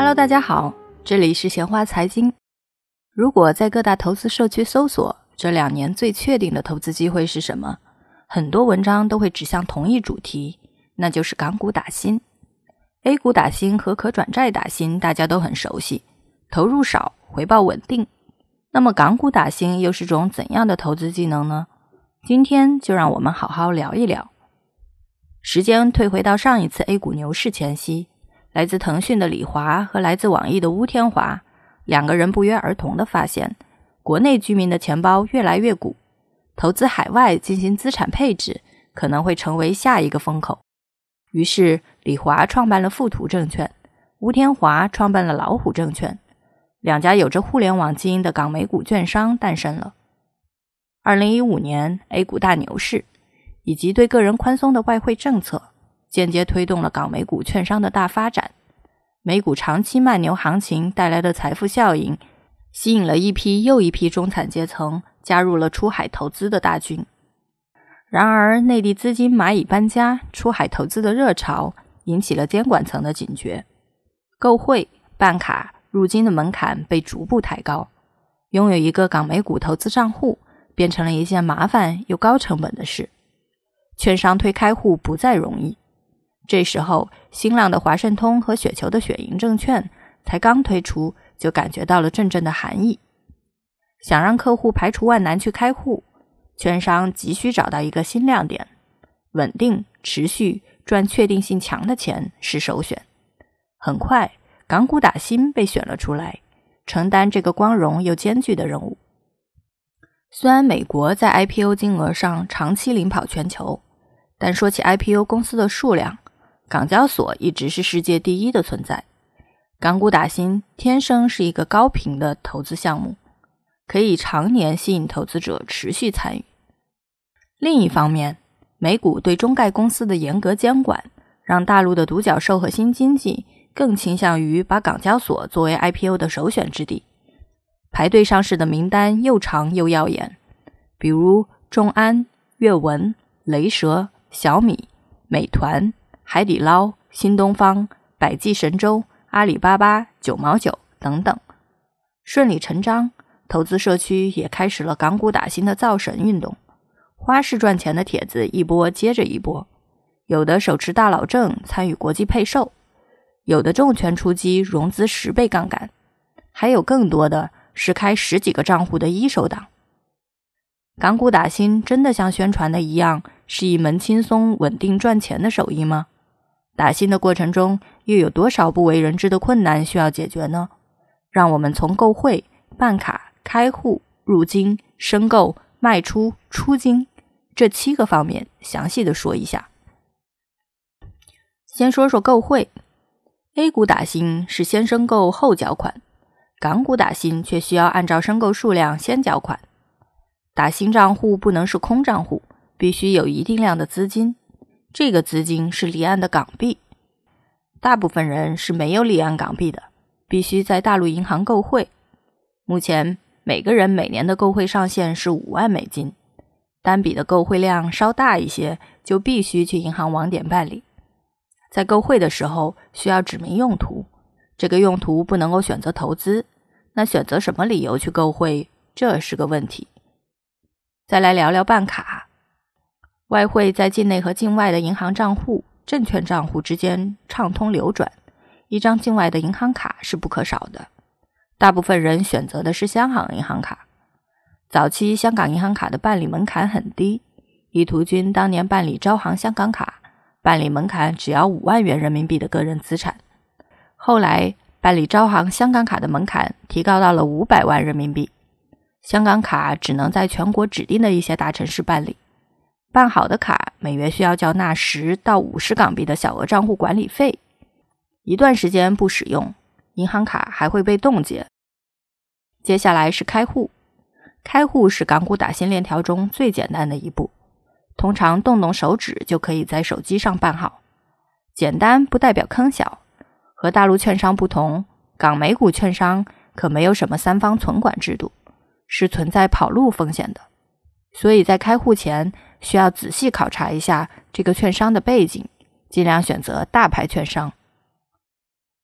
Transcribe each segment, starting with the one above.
Hello， 大家好，这里是闲话财经。如果在各大投资社区搜索这2年最确定的投资机会是什么，很多文章都会指向同一主题，那就是港股打新。A 股打新和可转债打新大家都很熟悉，投入少，回报稳定。那么港股打新又是种怎样的投资技能呢？今天就让我们好好聊一聊。时间退回到上一次 A 股牛市前夕，来自腾讯的李华和来自网易的邬天华2个人不约而同地发现，国内居民的钱包越来越鼓，投资海外进行资产配置可能会成为下一个风口。于是李华创办了富途证券，邬天华创办了老虎证券，2家有着互联网基因的港美股券商诞生了。2015年 A 股大牛市以及对个人宽松的外汇政策，间接推动了港美股券商的大发展。美股长期慢牛行情带来的财富效应，吸引了一批又一批中产阶层加入了出海投资的大军。然而内地资金蚂蚁搬家，出海投资的热潮引起了监管层的警觉，购汇、办卡、入金的门槛被逐步抬高，拥有一个港美股投资账户变成了一件麻烦又高成本的事，券商推开户不再容易。这时候新浪的华盛通和雪球的雪银证券才刚推出，就感觉到了阵阵的寒意。想让客户排除万难去开户，券商急需找到一个新亮点，稳定、持续、赚确定性强的钱是首选。很快港股打新被选了出来，承担这个光荣又艰巨的任务。虽然美国在 IPO 金额上长期领跑全球，但说起 IPO 公司的数量，港交所一直是世界第一的存在。港股打新天生是一个高频的投资项目，可以常年吸引投资者持续参与。另一方面，美股对中概公司的严格监管，让大陆的独角兽和新经济更倾向于把港交所作为 IPO 的首选之地。排队上市的名单又长又耀眼，比如众安、阅文、雷蛇、小米、美团、海底捞、新东方、百济神州、阿里巴巴、9毛9等等。顺理成章，投资社区也开始了港股打新的造神运动，花式赚钱的帖子一波接着一波，有的手持大佬证参与国际配售，有的重拳出击融资10倍杠杆，还有更多的是开10几个账户的一手党。港股打新真的像宣传的一样，是一门轻松稳定赚钱的手艺吗？打新的过程中又有多少不为人知的困难需要解决呢？让我们从购汇、办卡、开户、入金、申购、卖出、出金这7个方面详细的说一下。先说说购汇。 A 股打新是先申购后缴款，港股打新却需要按照申购数量先缴款。打新账户不能是空账户，必须有一定量的资金，这个资金是离岸的港币。大部分人是没有离岸港币的，必须在大陆银行购汇。目前每个人每年的购汇上限是5万美金，单笔的购汇量稍大一些，就必须去银行网点办理。在购汇的时候需要指明用途，这个用途不能够选择投资，那选择什么理由去购汇，这是个问题。再来聊聊办卡。外汇在境内和境外的银行账户、证券账户之间畅通流转，一张境外的银行卡是不可少的。大部分人选择的是香港银行卡。早期香港银行卡的办理门槛很低，意图君当年办理招行香港卡，办理门槛只要5万元人民币的个人资产。后来办理招行香港卡的门槛提高到了500万人民币，香港卡只能在全国指定的一些大城市办理。办好的卡每月需要缴纳10到50港币的小额账户管理费，一段时间不使用，银行卡还会被冻结。接下来是开户。开户是港股打新链条中最简单的一步，通常动动手指就可以在手机上办好。简单不代表坑小，和大陆券商不同，港美股券商可没有什么3方存管制度，是存在跑路风险的。所以在开户前需要仔细考察一下这个券商的背景，尽量选择大牌券商。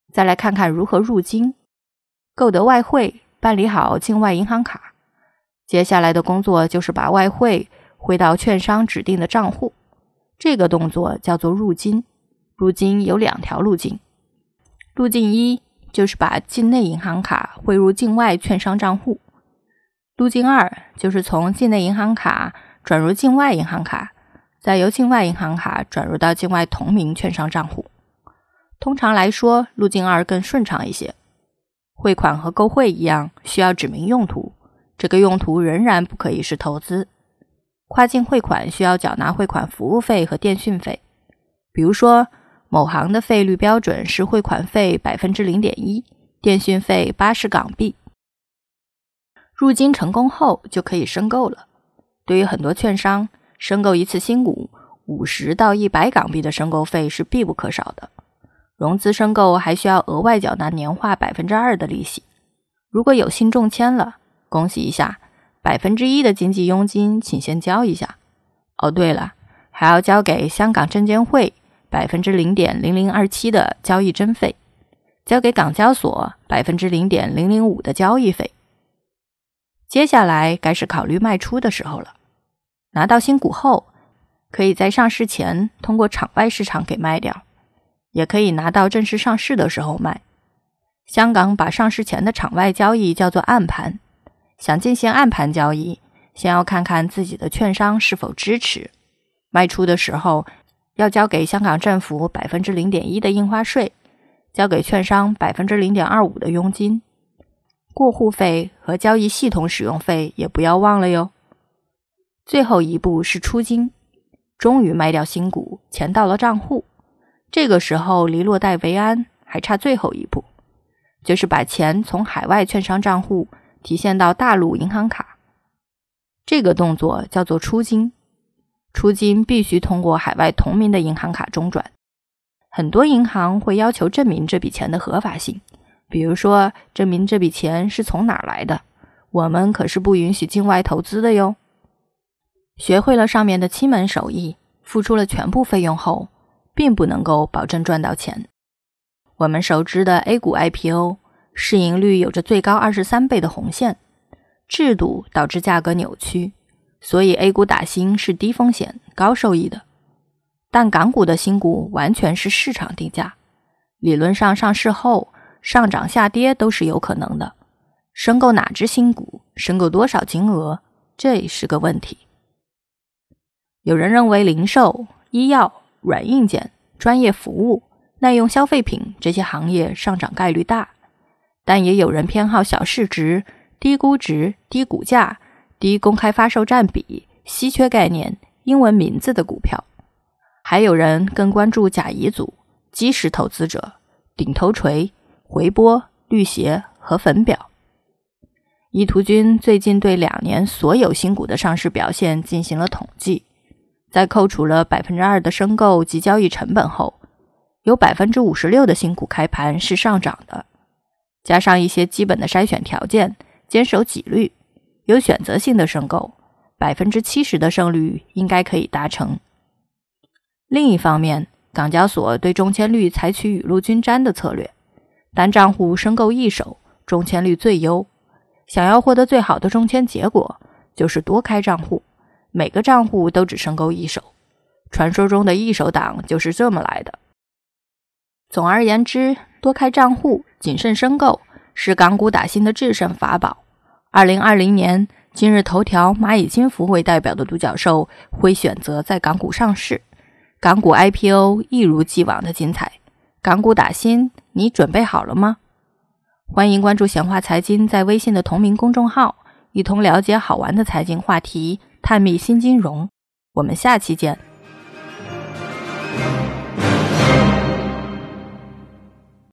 再来看看如何入金，购得外汇，办理好境外银行卡。接下来的工作就是把外汇汇到券商指定的账户，这个动作叫做入金。入金有2条路径，路径1就是把境内银行卡汇入境外券商账户，路径2就是从境内银行卡转入境外银行卡，再由境外银行卡转入到境外同名券商账户。通常来说，路径2更顺畅一些。汇款和购汇一样，需要指明用途，这个用途仍然不可以是投资。跨境汇款需要缴纳汇款服务费和电讯费，比如说某行的费率标准是汇款费 0.1%， 电讯费80港币。入金成功后就可以申购了。对于很多券商，申购一次新股50到100港币的申购费是必不可少的。融资申购还需要额外缴纳年化 2% 的利息。如果有幸中签了，恭喜一下，1%的经纪佣金请先交一下。哦，对了，还要交给香港证监会 0.0027% 的交易征费，交给港交所 0.005% 的交易费。接下来该是考虑卖出的时候了。拿到新股后，可以在上市前通过场外市场给卖掉，也可以拿到正式上市的时候卖。香港把上市前的场外交易叫做暗盘，想进行暗盘交易，先要看看自己的券商是否支持。卖出的时候要交给香港政府 0.1% 的印花税，交给券商 0.25% 的佣金。过户费和交易系统使用费也不要忘了哟。最后一步是出金，终于卖掉新股，钱到了账户。这个时候离落袋为安还差最后一步，就是把钱从海外券商账户提现到大陆银行卡。这个动作叫做出金。出金必须通过海外同名的银行卡中转。很多银行会要求证明这笔钱的合法性，比如说证明这笔钱是从哪儿来的，我们可是不允许境外投资的哟。学会了上面的7门手艺，付出了全部费用后，并不能够保证赚到钱。我们熟知的 A 股 IPO， 市盈率有着最高23倍的红线，制度导致价格扭曲，所以 A 股打新是低风险高收益的。但港股的新股完全是市场定价，理论上上市后上涨下跌都是有可能的，申购哪只新股，申购多少金额，这是个问题。有人认为零售、医药、软硬件、专业服务、耐用消费品这些行业上涨概率大，但也有人偏好小市值、低估值、低股价、低公开发售占比、稀缺概念、英文名字的股票。还有人更关注假遗组、基石投资者、顶头锤、回波、绿鞋和粉表。意图君最近对2年所有新股的上市表现进行了统计，在扣除了 2% 的申购及交易成本后，有 56% 的新股开盘是上涨的。加上一些基本的筛选条件，坚守纪律，有选择性的申购， 70% 的胜率应该可以达成。另一方面，港交所对中签率采取雨露均沾的策略，单账户申购一手，中签率最优。想要获得最好的中签结果，就是多开账户，每个账户都只申购一手。传说中的一手党就是这么来的。总而言之，多开账户，谨慎申购是港股打新的制胜法宝。2020年，今日头条、蚂蚁金服为代表的独角兽会选择在港股上市，港股 IPO 一如既往的精彩。港股打新，你准备好了吗？欢迎关注闲话财经在微信的同名公众号，一同了解好玩的财经话题，探秘新金融。我们下期见。